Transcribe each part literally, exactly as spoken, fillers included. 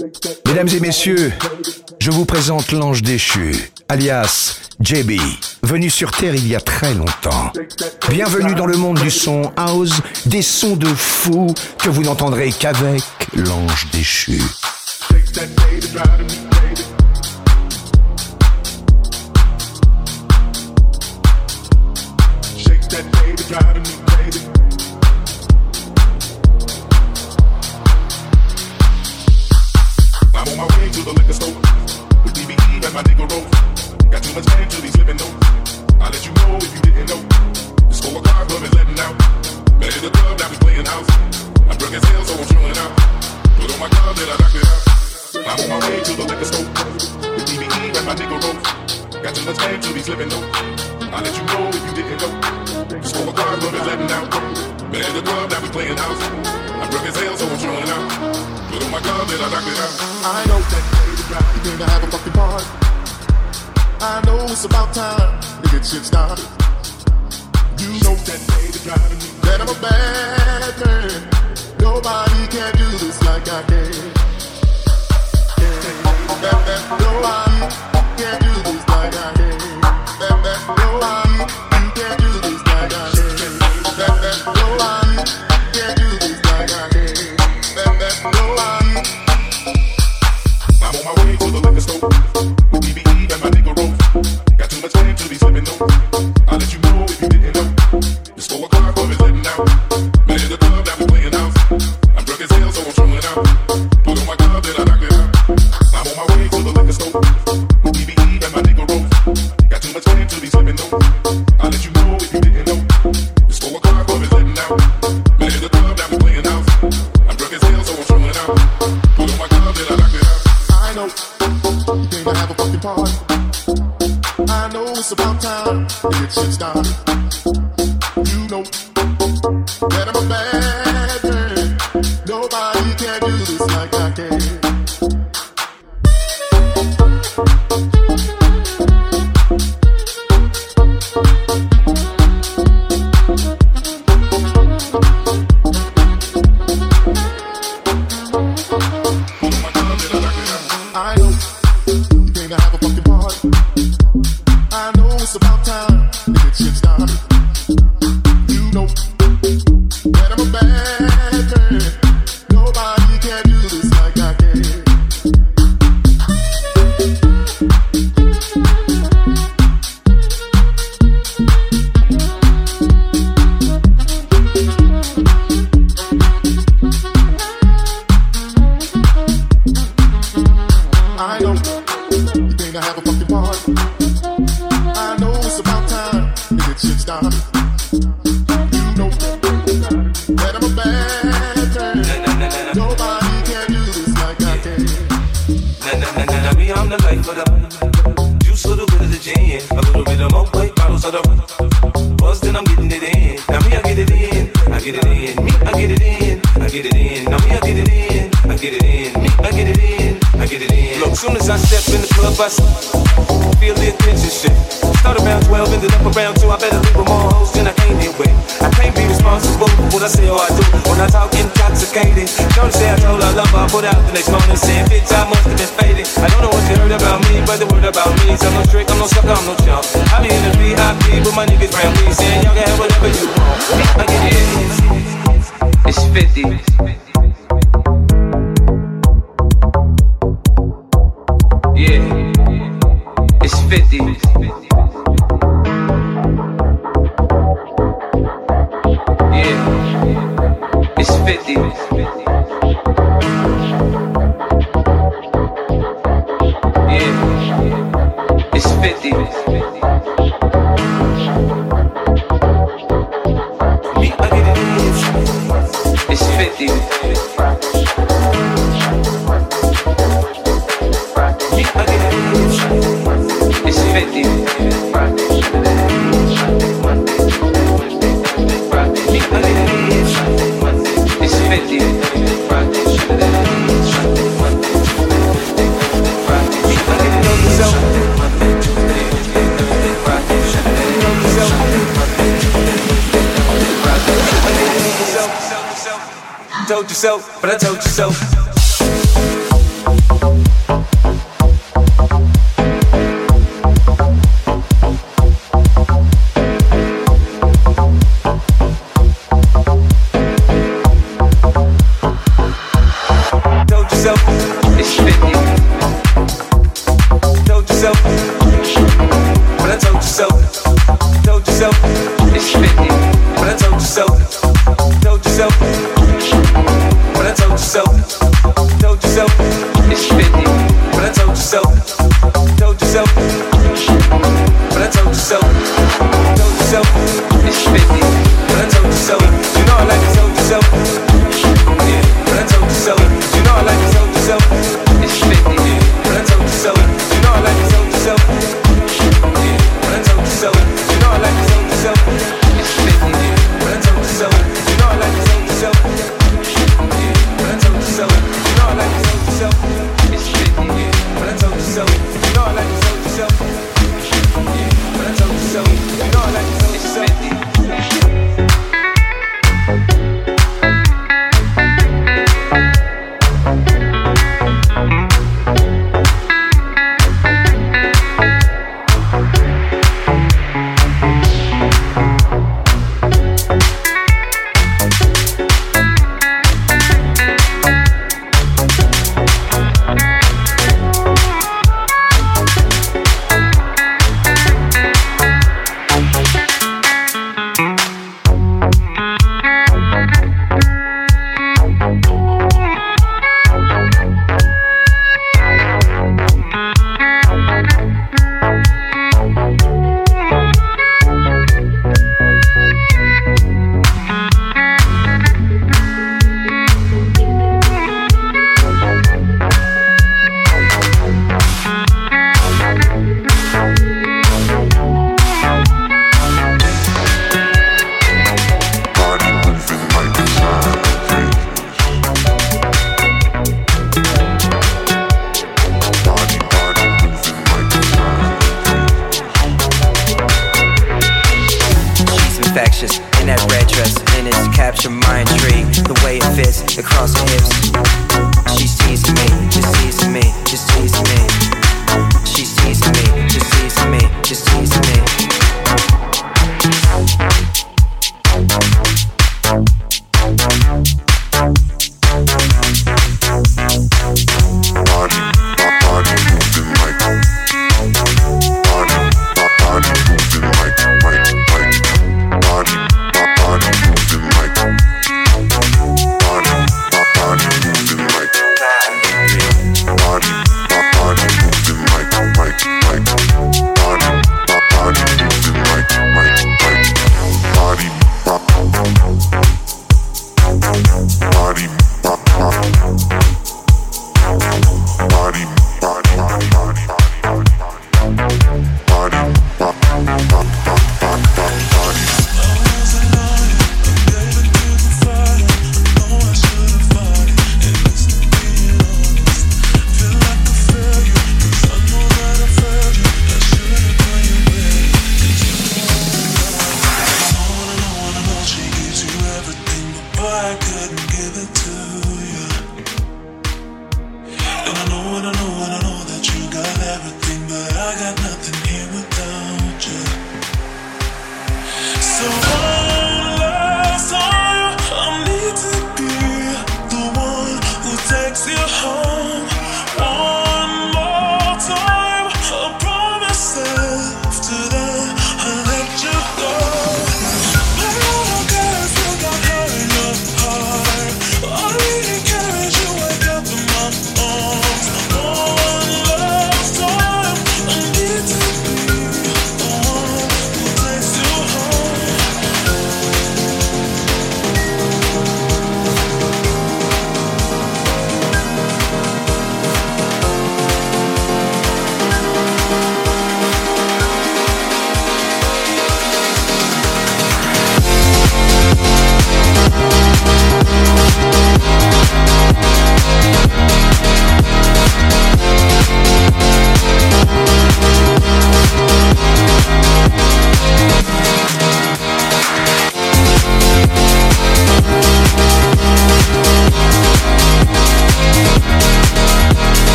Mesdames et messieurs, je vous présente l'ange déchu, alias J B, venu sur Terre il y a très longtemps. Bienvenue dans le monde du son house, des sons de fou que vous n'entendrez qu'avec l'ange déchu. I'm on my way to the liquor store with D B E and my nigga roll. Got too much man till he's slipping though. I'll let you know if you didn't know. The scorecard club is letting out. Man in the club, now we playing house. I'm drunk as hell, so I'm chilling out. Put on my glove, then I knock it out. I'm on my way to the liquor store with D B E and my nigga roll. Got too much man till he's slipping though. I'll let you know if you didn't know. The scorecard club is letting out. Man in the club, now we playing house. I'm drunk as hell, so I'm chilling out. Put on my glove, then I knock it out. I know that you came to have a fucking party. I know it's about time to get shit started. You know that baby driving me, that I'm a bad man. Nobody can do this like I can. That, that, nobody can do this like I can. That, that, nobody you can do this like I can. That, that, nobody can do this like I can. That, that, nobody. I'm on my way to the liquor store with D B E and my nigga roll. Got too much time to be slipping though. I'll let you know if you didn't know. The store o'clock club is letting out. Man in the club, now we playing house. I'm drunk as hell, so I'm chilling out. Put on my glove, then I knock it out. I'm on my way to the liquor store with D B E and my nigga roll. Got too much time to be slipping though. I'll let you know if you didn't know. The store o'clock club is letting out. Man in the club, now we playing house. I'm drunk as hell, so I'm chilling out. Put on my glove, then I knock it out. I know you came to have a fucking party. I know it's about time to get shit started. You know that I'm a bad man. Nobody can do this like I can. I know you came to have a fucking party. I know it's about time to get shit started. You know that I'm a bad man. Nobody can do this like I can. I know you came to have a fucking party. I know it's about time to get shit started. You know that I'm a bad man. Nobody can do this like I can. Na na na na na, me I'm the life of the juice, a little bit of the gin, a little bit of more white bottles of the buzz, then I'm getting it in. Now me I get it in, I get it in. Me I get it in, I get it in. Now me I get it in, I get it in. Me I get it in, I get it in. Look, soon as I step in the club, I feel the attention shit. Start around twelve, ended up around two. I better leave with more hoes than I came here with. I can't be responsible for what I say or I do when I talk intoxicated. Don't say I told her I love her, I put out the next morning saying, bitch, I must have been faded. I don't know what you heard about me, but the word about me is I'm no trick, I'm no sucker, I'm no chump. I be in the V I P with my niggas round me saying, y'all can have whatever you want. I get it. It's fifty. Yeah, it's fifty. Yeah, it's fifty. Yeah, it's fifty. Me, I get it in. It's fifty. Me, I get it in. It's fifty. Me, I get it in. It's fifty. Told you so, but I told you so. it's fifty. But I told you so, told you so. But I told you so, told you so, it's fifty. But I told you so, you know I like to told you so. Yeah, but I told you so, you know I like to told you so. It's fifty. Yeah, but I told you so, you know I like to told you so. Yeah, but I told you so, you know I like to told you so. It's fifty. Yeah, but I told you so, you know I like to told you so. Yeah, but I told you so, you know I like to told you so. It's fifty. Yeah, but I told you so, you know I like to told you so. Yeah, but I told you so, you know I like to told you so. It's fifty.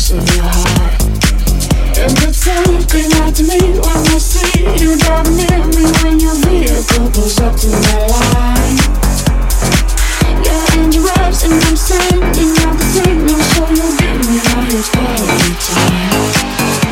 place of your heart. And it's something out to me when I see you driving near me when your vehicle pulls up to the line. Yeah, and you raps and I'm sending out the signal, so you'll give me all your quality time.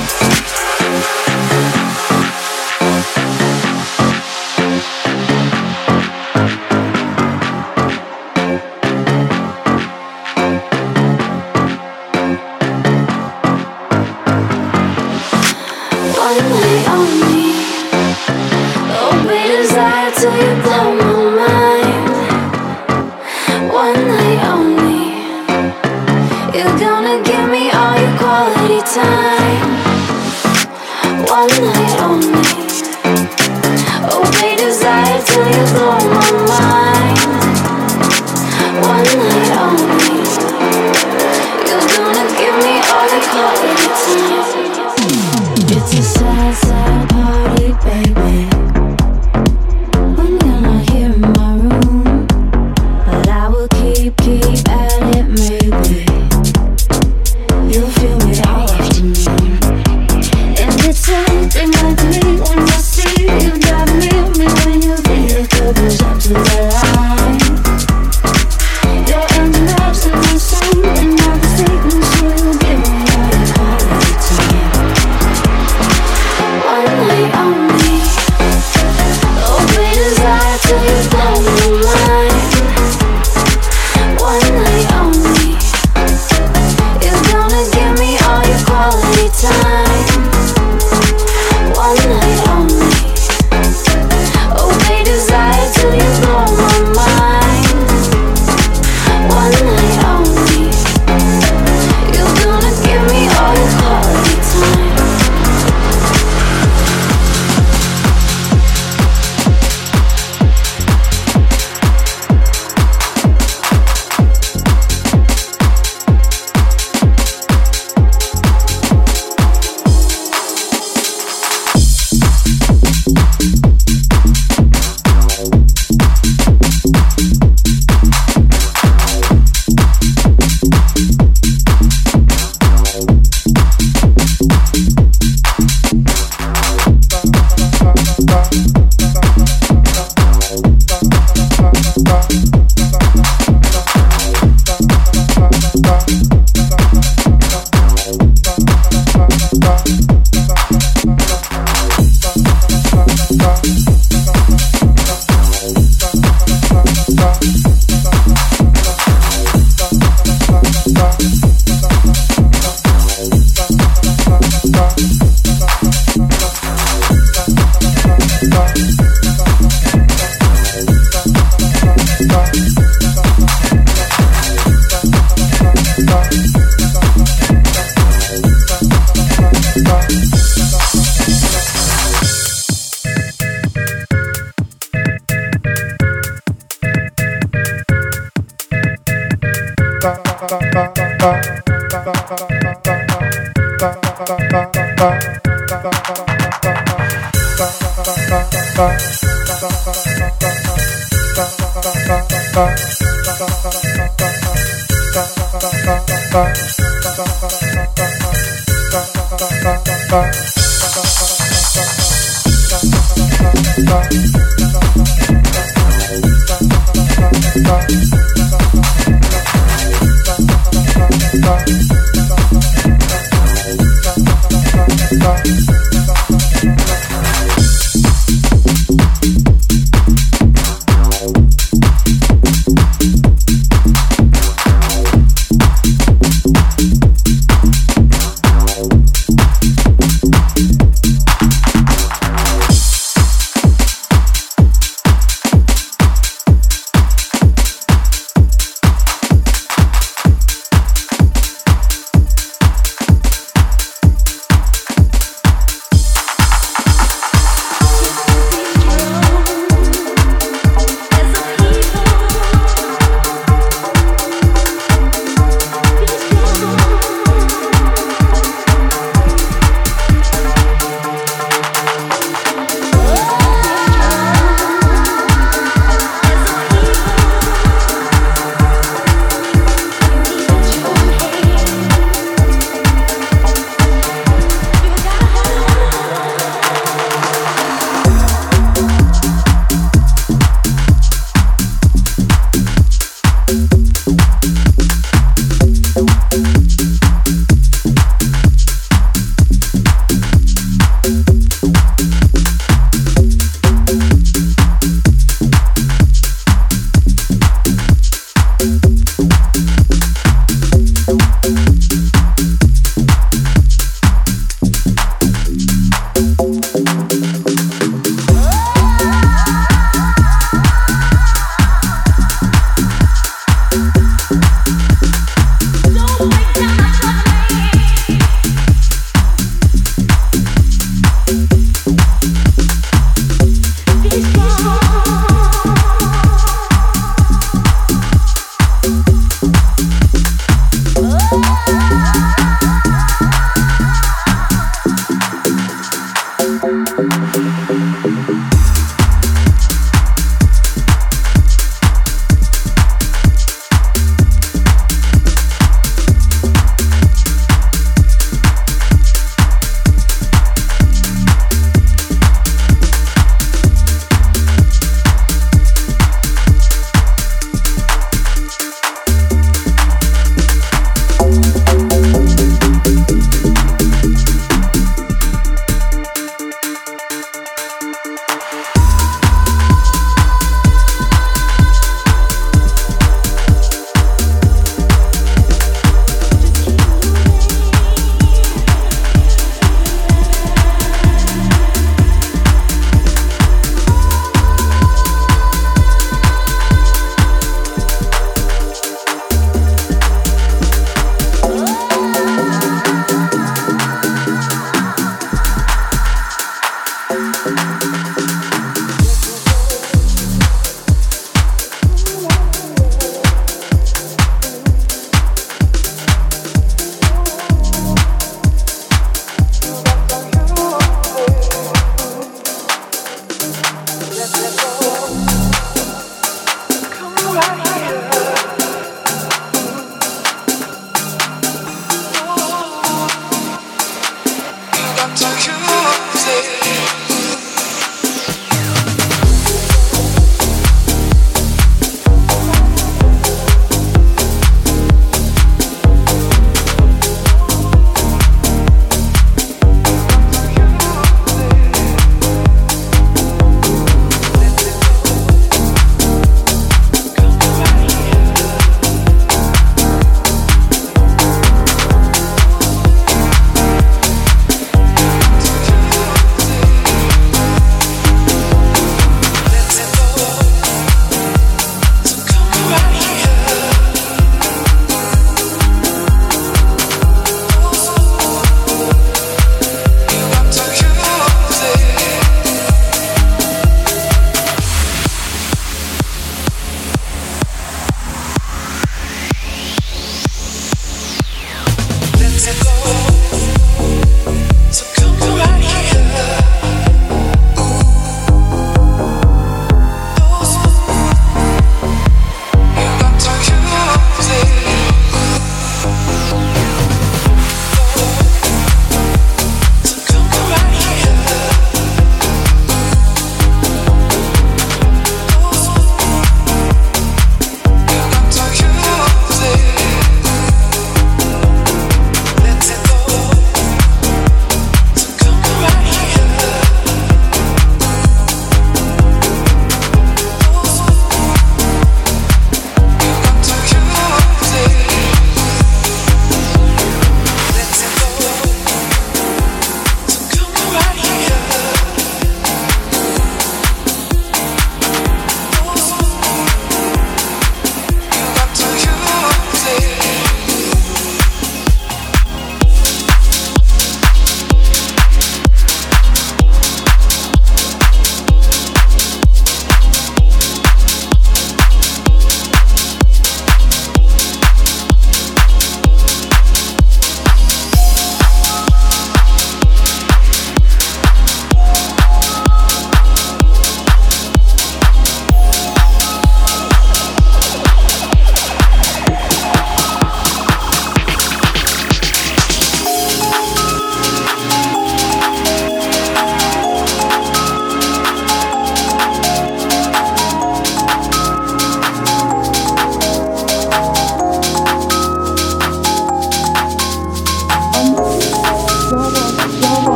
Till you blow my mind. One night only. You're gonna give me all your quality time. One night only. Obey desire till you blow my mind. One night only. You're gonna give me all your quality time. It's a sad, sad party, baby. Keep at it, maybe you'll feel me all afternoon. And it's something like me when I see you drive near me when your vehicle goes up to the line. Your engine raps and my song and all the signals, so you'll give me all your quality time. One night only. Obey desire till you blow my mind. One night only. You're gonna give me all your quality time. One night only. Obey desire till you blow my mind. One night only. You're gonna give me all your quality time.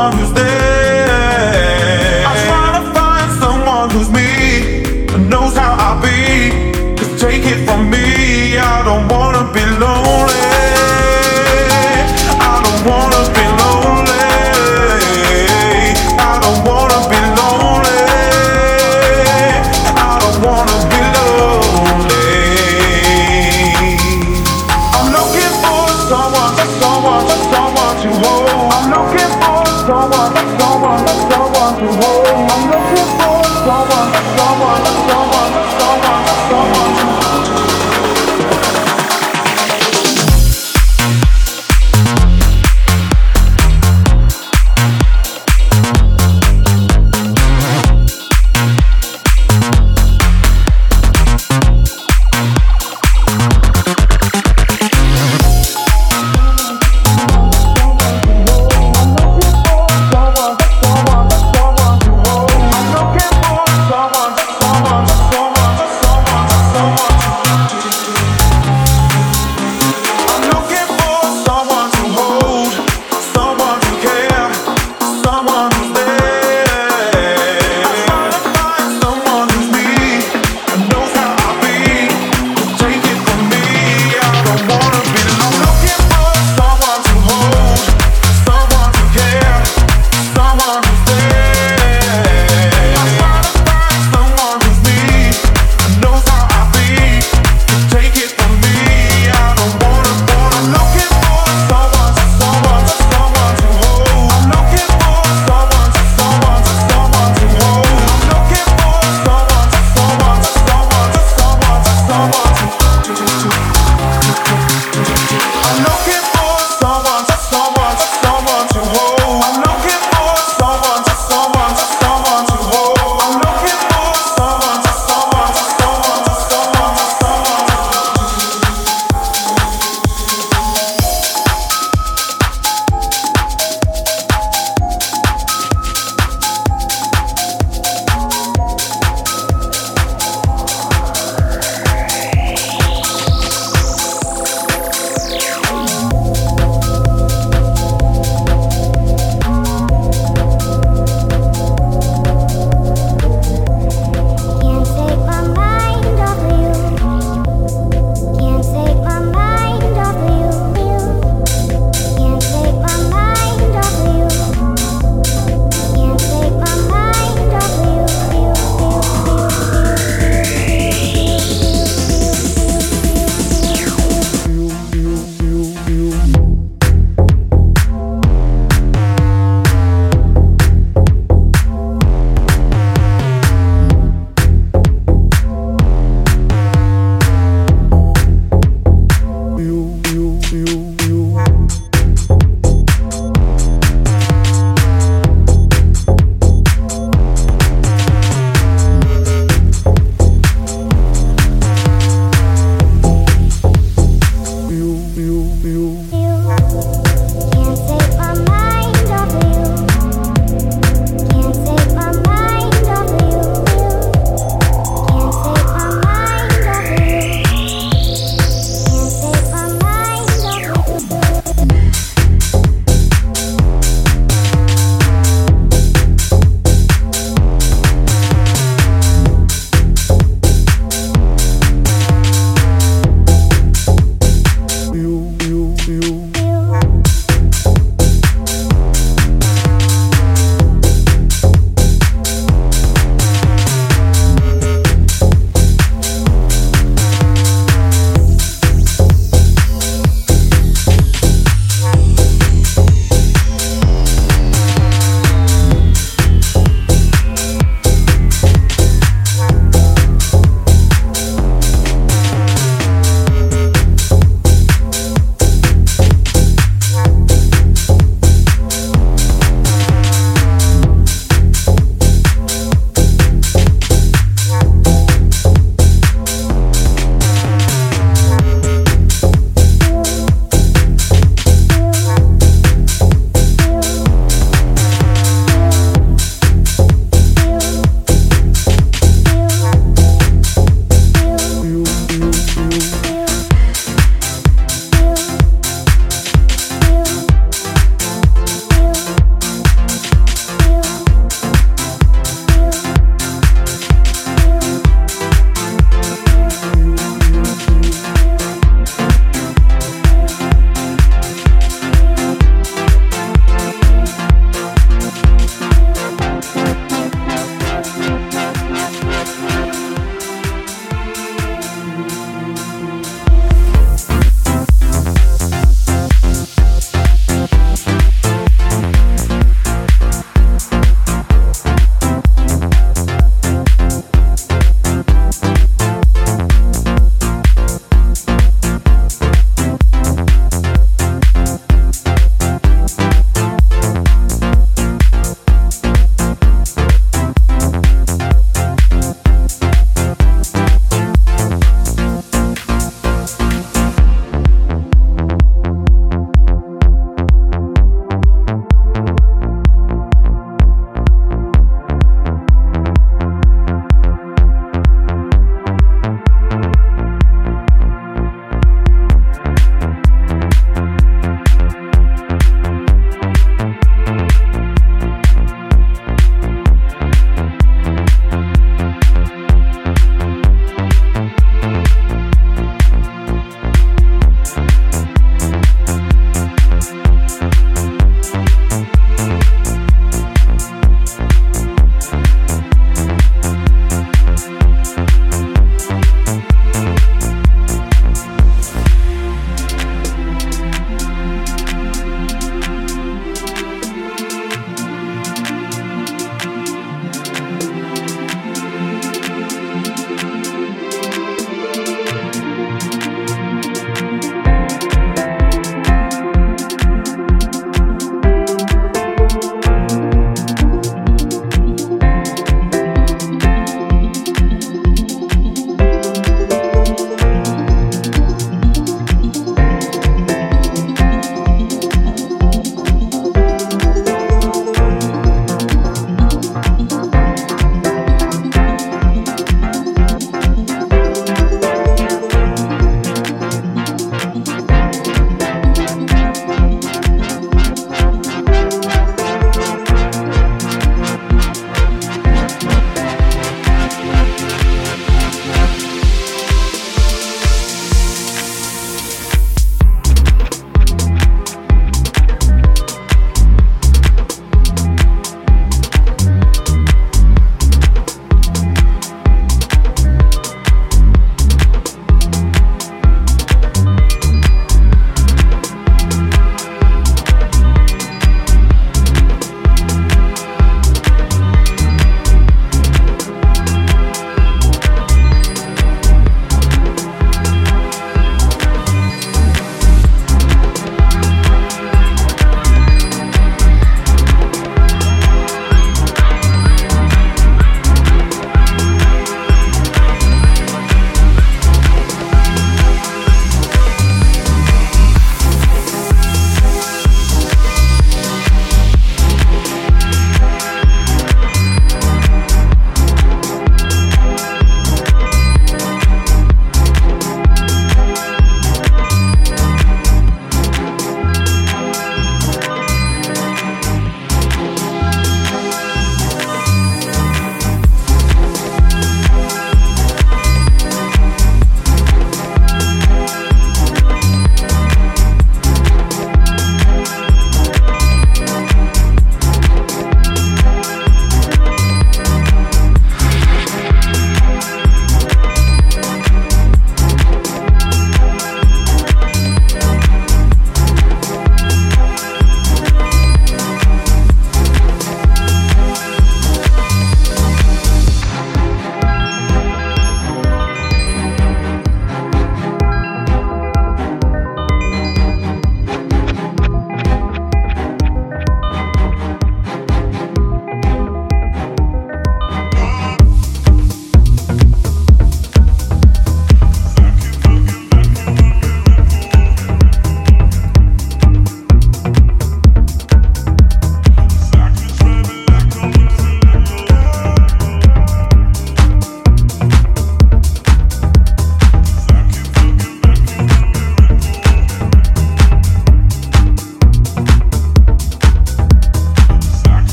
someone who's there. I'm trying to find someone who's me, and knows how I be. Just take it from me, I don't wanna be lonely. I don't wanna be lonely. I don't wanna be lonely. I don't wanna be lonely. I'm looking for someone, someone, someone to hold. I'm looking for someone.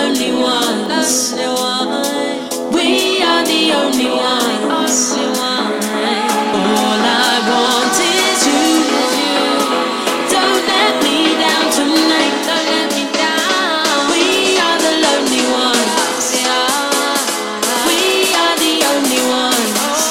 lonely ones. We are the only ones. All I want is you. Don't let me down tonight. Don't let me down. We are the lonely ones. We are the only ones.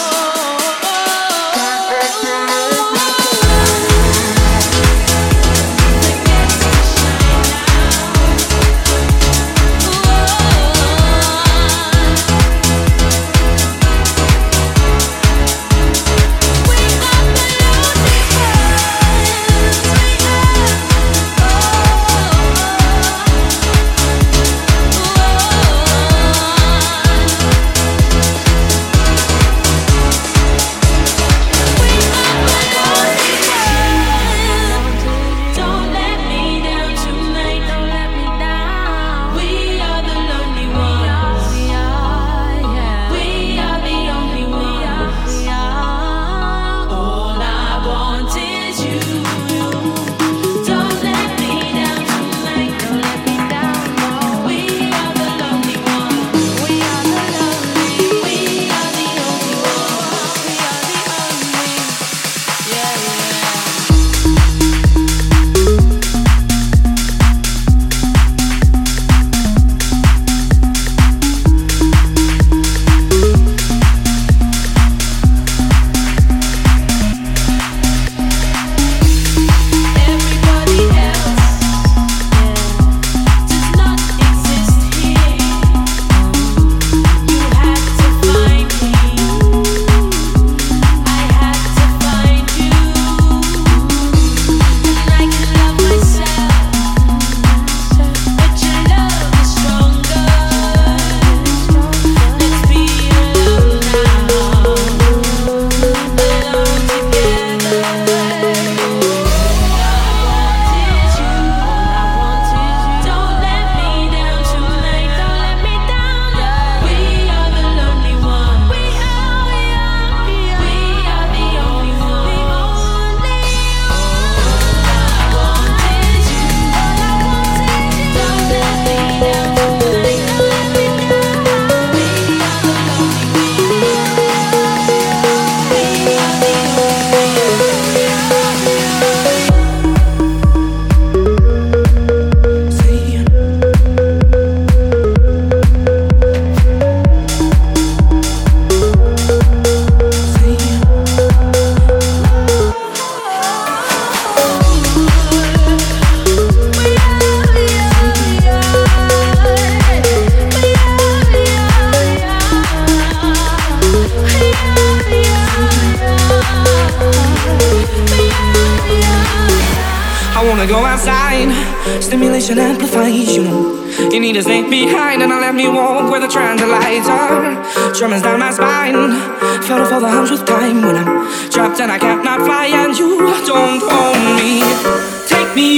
Stimulation amplifies, you know. You need to stay behind and I let me walk where the tranquilizer tremors down my spine. Fell for the hums with time when I'm trapped and I can't not fly and you don't own me. Take me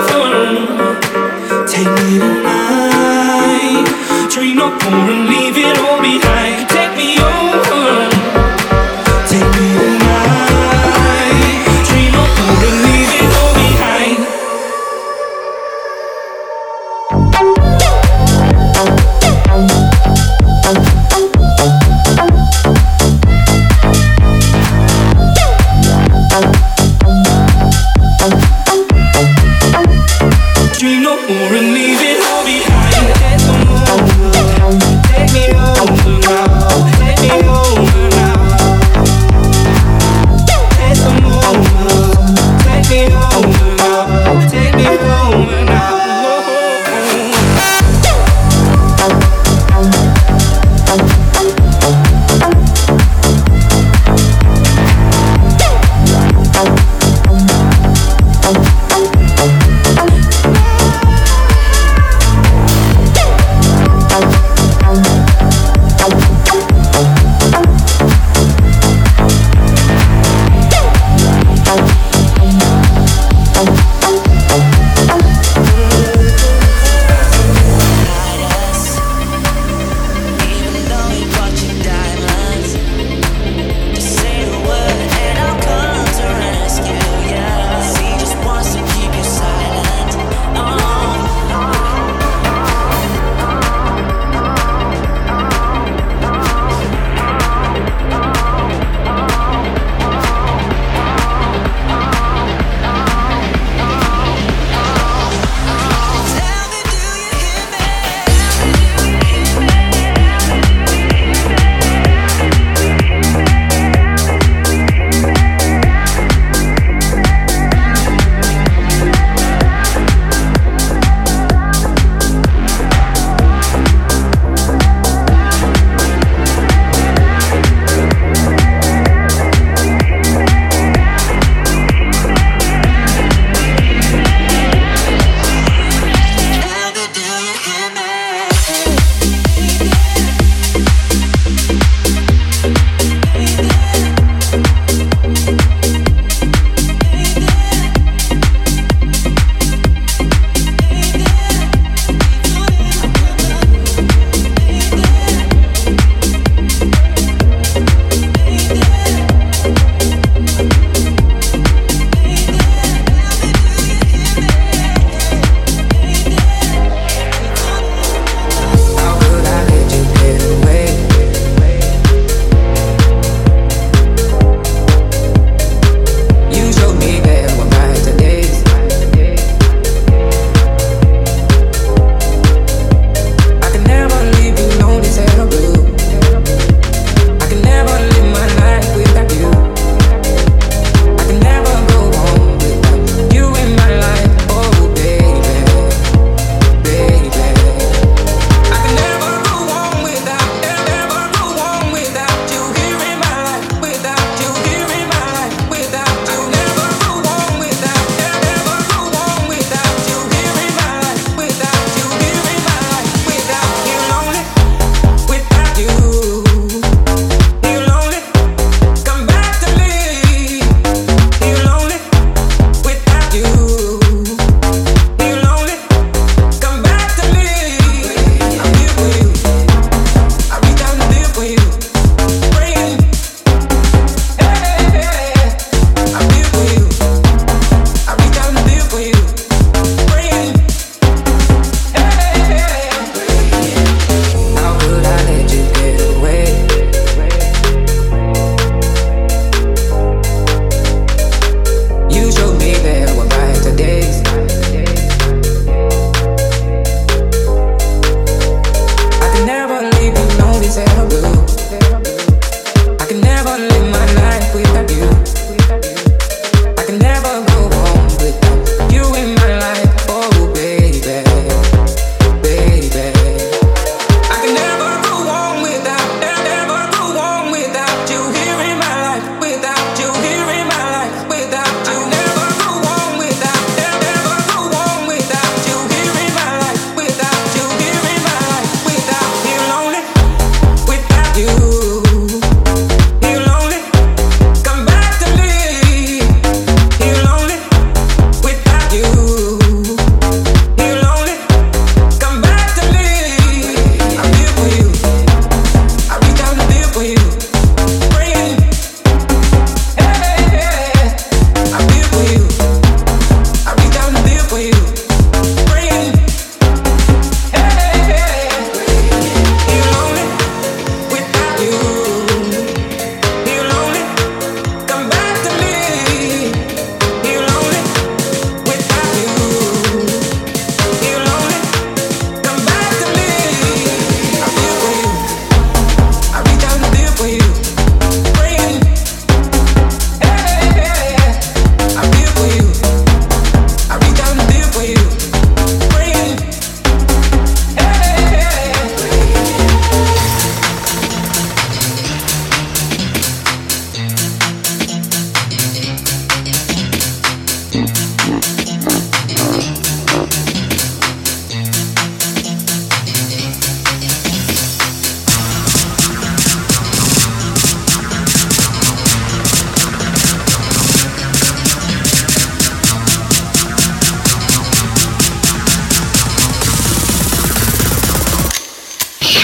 over, take me tonight. Train no more and leave it all behind. Take me over, take me tonight. Train no more and leave it all behind. Dream no more and leave it all behind. Take me over.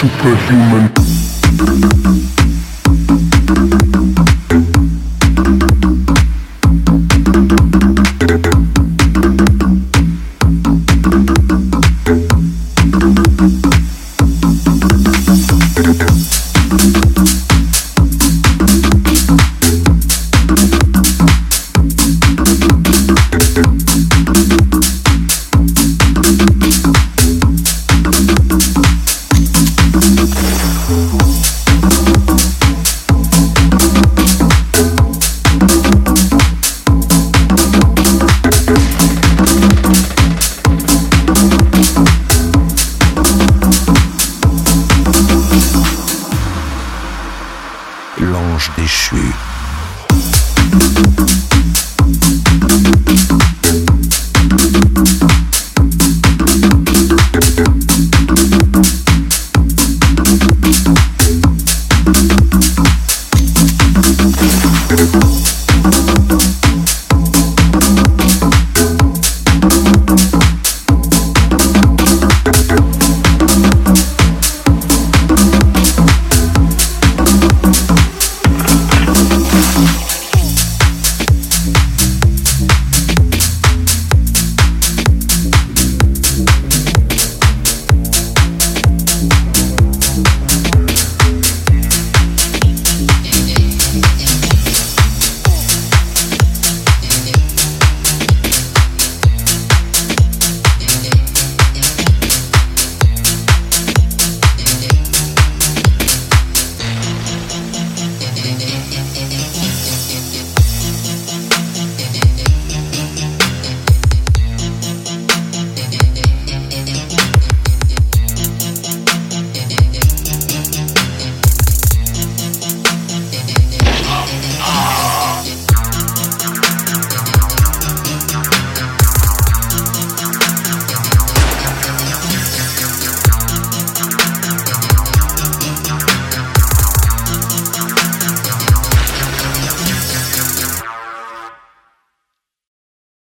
superhuman.